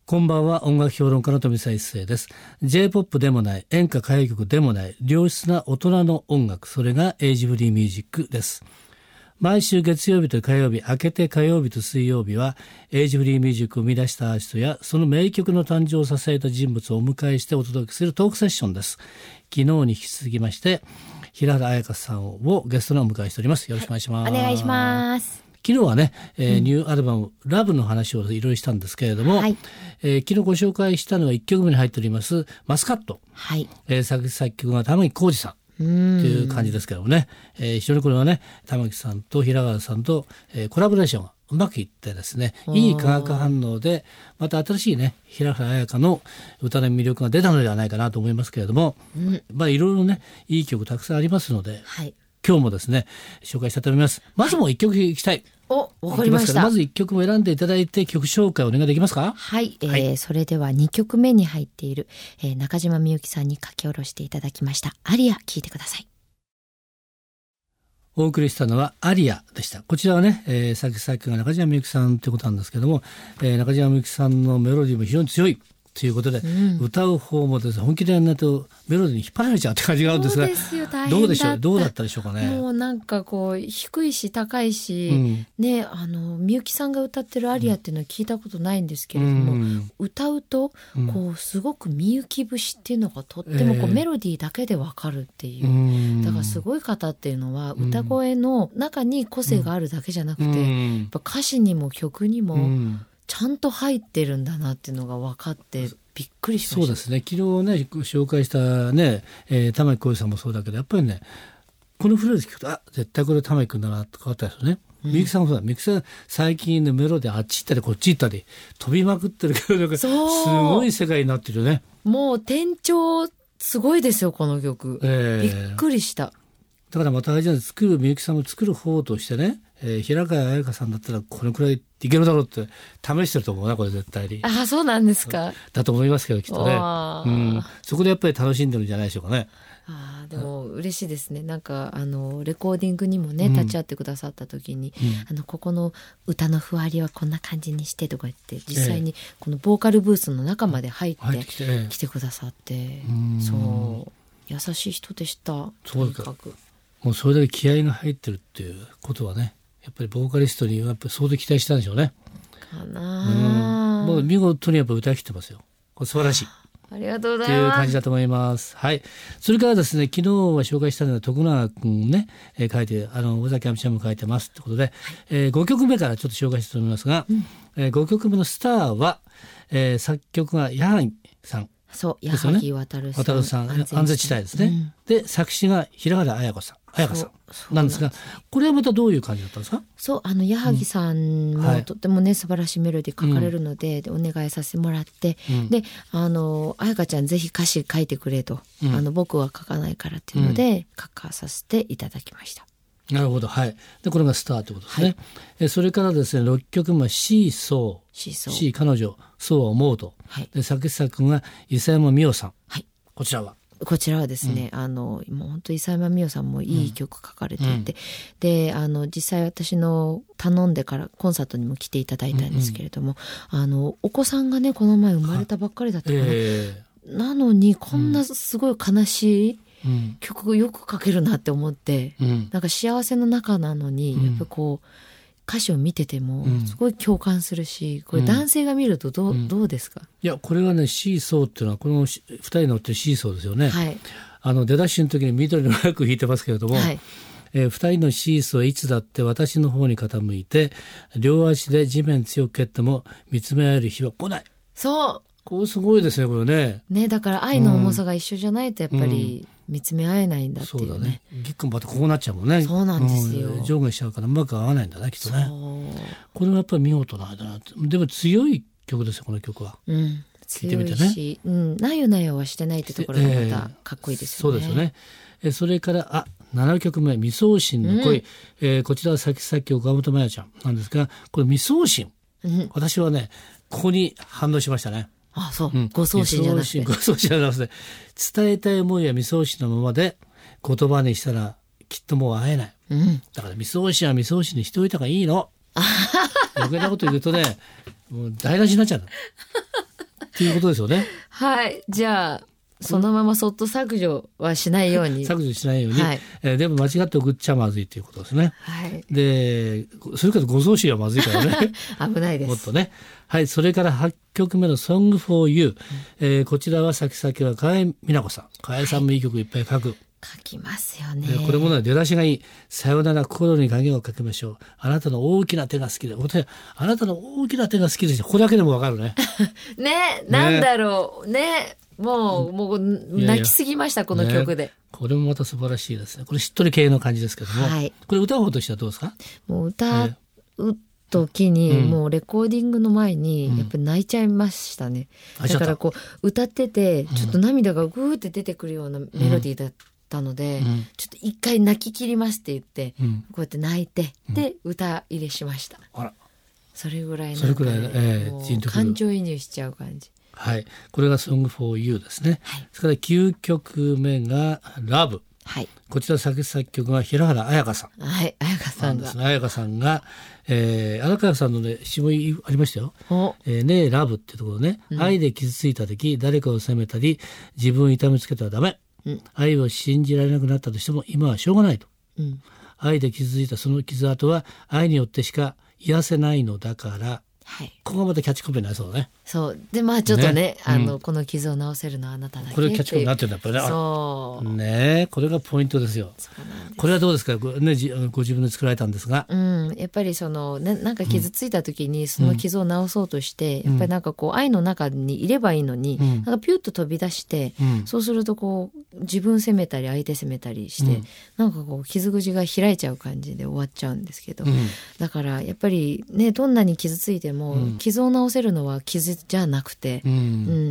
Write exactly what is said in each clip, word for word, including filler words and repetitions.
こんばんは、音楽評論家の富澤一世です。 J-ポップ でもない、演歌歌謡曲でもない良質な大人の音楽、それがエイジフリーミュージックです。毎週月曜日と火曜日、明けて火曜日と水曜日はエイジフリーミュージックを生み出したアーティストやその名曲の誕生を支えた人物をお迎えしてお届けするトークセッションです。昨日に引き続きまして平原綾香さんをゲストにお迎えしております。よろしくお願いします。 お願いします。 昨日はね、えーうん、ニューアルバムラブの話をいろいろしたんですけれども、はい、えー、昨日ご紹介したのはいっきょくめに入っておりますマスカット、はい、えー、作作曲が玉置浩二さんという感じですけどもね、えー、非常にこれはね玉置さんと平原さんと、えー、コラボレーションがうまくいってですね、いい化学反応でまた新しいね平原綾香の歌の魅力が出たのではないかなと思いますけれども、うん、まあいろいろねいい曲たくさんありますので、はい、今日もですね紹介したいと思います。まずもういっきょくいきたい、 お、わかりました。 まずいっきょくも選んでいただいて曲紹介お願いできますか。 はい、えーはい、それではにきょくめに入っている、えー、中島みゆきさんに書き下ろしていただきましたアリア、聴いてください。 お送りしたのはアリアでした。こちらはね、えー、作詞作曲が中島みゆきさんということなんですけども、えー、中島みゆきさんのメロディーも非常に強いということで、うん、歌う方もですね本気でやらないとメロディーに引っ張られちゃうって感じがあるんですが、 そうですよ、大変だった。 どうでしょう、どうだったでしょうかね。 もうなんかこう低いし高いし、うん、ね、あのみゆきさんが歌ってるアリアっていうのは聞いたことないんですけれども、うん、歌うとこうすごくみゆき節っていうのがとってもこうメロディーだけでわかるっていう、えー、だからすごい方っていうのは歌声の中に個性があるだけじゃなくて、うん、やっぱ歌詞にも曲にも、うん、ちゃんと入ってるんだなっていうのが分かってびっくりしました。 そうですね、昨日ね紹介したね、えー、玉置浩二さんもそうだけど、やっぱりねこのフレーズ聞くとあ絶対これ玉置くんだなって変わったですよね。みゆきさんもそうだ、みゆきさん最近のメロディーあっち行ったりこっち行ったり飛びまくってるけどすごい世界になってるよね。 もう転調すごいですよこの曲、えー、びっくりした。 だからまたあれじゃない、作るみゆきさんも作る方としてね、えー、平川綾香さんだったらこれくらいいけるだろうって試してると思うな、これ絶対に。 あ、そうなんですか。 だと思いますけどきっとね、うん、そこでやっぱり楽しんでるんじゃないでしょうかね。 あ、でも嬉しいですね。なんかあのレコーディングにもね、うん、立ち会ってくださった時に、うん、あのここの歌のふわりはこんな感じにしてとか言って実際にこのボーカルブースの中まで入ってきて、ええ、来てくださって、うん、そう優しい人でした。とにかくもうそれだけ気合が入ってるっていうことはね、やっぱりボーカリストにはやっぱり相当期待したんでしょうね。 かな、 うん、もう見事にやっぱ歌い切ってますよ。これ素晴らしい。 ありがとうございます。 という感じだと思います。はい。それからですね、昨日は紹介したのは徳永君ね、えー、書いてあの尾崎亜美ちゃんも書いてますということで、はい、えー、ごきょくめからちょっと紹介したいと思いますが、うん、えー、ごきょくめのスターは、えー、作曲が矢作さん。 そう矢作渡さん、 渡さん安全地帯ですね、うん、で作詞が平原綾子さん綾香さんなんですが、これはまたどういう感じだったんですか。 そう、あの矢作さんも、うん、はい、とってもね素晴らしいメロディー書かれるので、うん、でお願いさせてもらって、うん、であの綾香ちゃんぜひ歌詞書いてくれと、うん、あの僕は書かないからっていうので、うん、書かさせていただきました。 なるほど、はい。でこれがスターということですね、はい、えそれからですねろっきょくめシーソー、シーソー、シー彼女、そうは思うと、はい、で作詞作が伊佐山美代さん、はい、こちらはこちらはですね、うん、あのもう本当伊佐山美代さんもいい曲書かれていて、うん、であの実際私の頼んでからコンサートにも来ていただいたんですけれども、うんうん、あのお子さんがねこの前生まれたばっかりだったから、えー、なのにこんなすごい悲しい、うん、曲よく書けるなって思って、うん、なんか幸せの中なのに、うん、やっぱこう歌詞を見ててもすごい共感するし、うん、これ男性が見るとどう、うん、どうですか。 いやこれはねシーソーっていうのはこのふたり乗ってるシーソーですよね、はい、あの出だしの時に緑のマーク弾いてますけれども、はい、えー、ふたりのシーソーいつだって私の方に傾いて両足で地面強く蹴っても見つめ合える日は来ない。 そうこれすごいですねこれね。 ね、だから愛の重さが一緒じゃないとやっぱり見つめ合えないんだっていうね。 そうだね。ぎっくんばってこうなっちゃうもんね。 そうなんですよ、 うん、上下しちゃうからうまく合わないんだねきっとね。これはやっぱり見事な間な。でも強い曲ですよこの曲は、うん、聴いてみてね。 強いし、うん、なよなよはしてないってところがまたかっこいいですよね、 えー、そうですよね。えそれからあななきょくめ未送信の恋、うん、えー、こちらは作詞作曲岡本真也ちゃんなんですが、これ未送信、うん、私はねここに反応しましたね。 あ、そう、うん、ご送信じゃなくて、 ご送信じゃなくて伝えたい思いは未送信のままで言葉にしたらきっともう会えない、うん、だから未送信は未送信にしておいた方がいいの余計なこと言うとねもう台無しになっちゃうのっていうことですよね。 はい。じゃあそのままそっと削除はしないように削除しないように、 はい、 えー、でも間違って送っちゃまずいということですね。 はい、 でそれから誤送信はまずいからね危ないです。 もっとね。はい。それからはちきょくめの Song for You、うんえー、こちらは先々は河合美奈子さん。河合さんもいい曲いっぱい書く、はい、 書きますよね。 これもね出だしがいい。さよなら心に影をかけましょう。あなたの大きな手が好きで。あなたの大きな手が好きで。ここだけでもわかるねね。なんだろうね。もう、もう泣きすぎました、いやいやこの曲で、ね、 これもまた素晴らしいですね。これしっとり系の感じですけども、はい、これ歌う方としてはどうですか？ もう歌う時に、うん、もうレコーディングの前にやっぱり泣いちゃいましたね、うん、だからこう歌っててちょっと涙がグーって出てくるようなメロディーだったので、うん、ちょっと一回泣き切りますって言って、うん、こうやって泣いて、うん、で歌入れしました。あら、それぐらいなんか、ね、それぐらい、えー、感情移入しちゃう感じ。 はい、これが Song for You ですね、はい、それからきゅうきょくめが Love、はい、こちら作詞作曲が平原綾香さん、 はい、綾香さんがですね。綾香さんが、えー、荒川さんのね詩もありましたよ、えー、ねえラブってところね、うん、愛で傷ついた時誰かを責めたり自分を痛めつけたらダメ、うん、愛を信じられなくなったとしても今はしょうがないと、うん、愛で傷ついたその傷跡は愛によってしか癒せないのだから、はい、ここがまたキャッチコピーになりそうだね。 そうでまあちょっと ね, ね、うん、あのこの傷を治せるのはあなただけ。 これキャッチコピーになってるんだやっぱりね。そうね、これがポイントですよ。そうなんです。これはどうですか、ね、ご自分で作られたんですが、 うん、やっぱりその、ね、なんか傷ついた時にその傷を治そうとして、うん、やっぱりなんかこう愛の中にいればいいのに、うん、なんかピュッと飛び出して、うん、そうするとこう自分責めたり相手責めたりして、うん、なんかこう傷口が開いちゃう感じで終わっちゃうんですけど、うん、だからやっぱりねどんなに傷ついても、うん、傷を治せるのは傷じゃなくて、うんうん、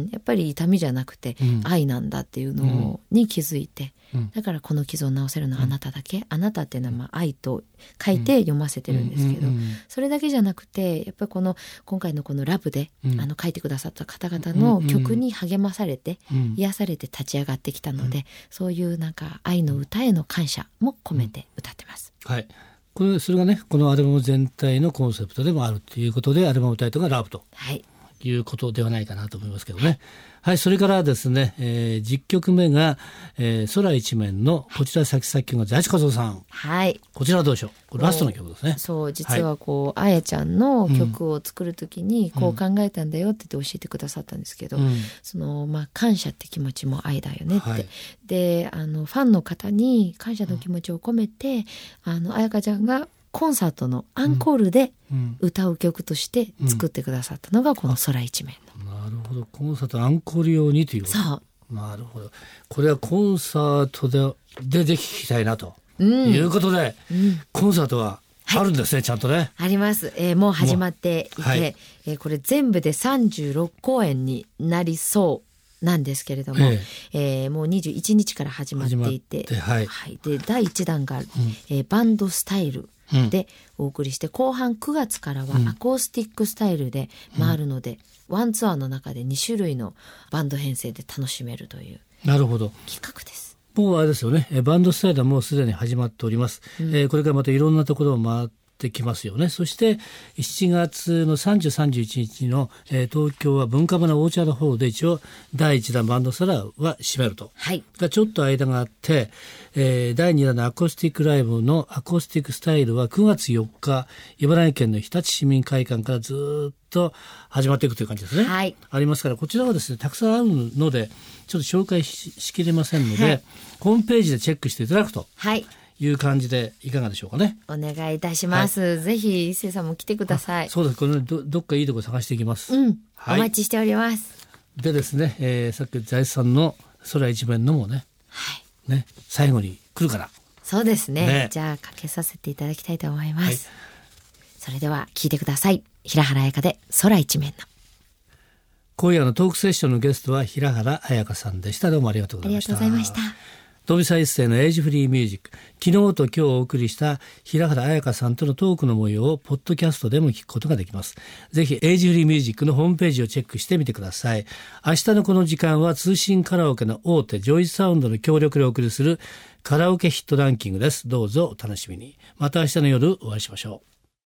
やっぱり痛みじゃなくて、うん、愛なんだっていうのに気づいて、うん、だからこの傷を治せるのはあなただけ、うん、あなたっていうのはまあ愛と書いて読ませてるんですけど、うんうんうん、それだけじゃなくてやっぱりこの今回のこのラブで、うん、あの書いてくださった方々の曲に励まされて、うん、癒されて立ち上がってきたので、うん、そういうなんか愛の歌への感謝も込めて歌ってます、 うん、はい。これそれがねこのアルバム全体のコンセプトでもあるということでアルバムタイトルがラブと、はい、いうことではないかなと思いますけどね。はい、それからですね、えー、じゅっきょくめが、えー、空一面のこちら作詞作曲が財津和夫さん。はい。こちらはどうでしょう。これラストの曲ですね。 そう実はこう、はい、あやちゃんの曲を作るときにこう考えたんだよって言って教えてくださったんですけど、うん、そのまあ感謝って気持ちも愛だよねって、はい、であのファンの方に感謝の気持ちを込めて、うん、あのあやかちゃんがコンサートのアンコールで歌う曲として作ってくださったのがこの空一面の、 うんうん、なるほど。コンサートアンコール用にということ。そう。なるほど。これはコンサートででぜひ聴きたいなと、うん、いうことで、うん、コンサートはあるんですね、はい、ちゃんとねあります、えー、もう始まっていて、はい、えー、これ全部でさんじゅうろっこうえんになりそうなんですけれども、ええー、もうにじゅういちにちから始まっていて、はいはい、でだいいちだんが、うん、えー、バンドスタイルでお送りして、うん、後半くがつからはアコースティックスタイルで回るので、うん、ワンツアーの中でにしゅるいのバンド編成で楽しめるというなるほど企画です。 もうあれですよね、バンドスタイルはもうすでに始まっております、うん、えー、これからまたいろんなところを回ってきますよね。そしてしちがつのさんじゅう、さんじゅういちにちの、えー、東京は文化村オーチャードホールで一応だいいちだんバンドスタイルは締めると、はい、がちょっと間があって、えー、だいにだんのアコースティックライブのアコースティックスタイルはくがつよっか茨城県の日立市民会館からずっと始まっていくという感じですね、はい、ありますから、こちらはですねたくさんあるのでちょっと紹介 し, しきれませんので、はい、ホームページでチェックしていただくと、はい、いう感じでいかがでしょうかね。 お願いいたします、はい、ぜひ一星さんも来てください。 そうです、これ ど, どっかいいとこ探していきます、 うん、はい、お待ちしております。 でですね、えー、さっき財津さんの空一面のもね、はい、ね、最後に来るから。 そうです ね, ねじゃあかけさせていただきたいと思います、はい、それでは聞いてください。平原綾香で空一面の。 今夜のトークセッションのゲストは平原綾香さんでした。どうもありがとうございました。 ありがとうございました。 富澤一世のエイジフリーミュージック、昨日と今日お送りした平原綾香さんとのトークの模様をポッドキャストでも聞くことができます。ぜひエイジフリーミュージックのホームページをチェックしてみてください。明日のこの時間は通信カラオケの大手ジョイサウンドの協力でお送りするカラオケヒットランキングです。どうぞお楽しみに。また明日の夜お会いしましょう。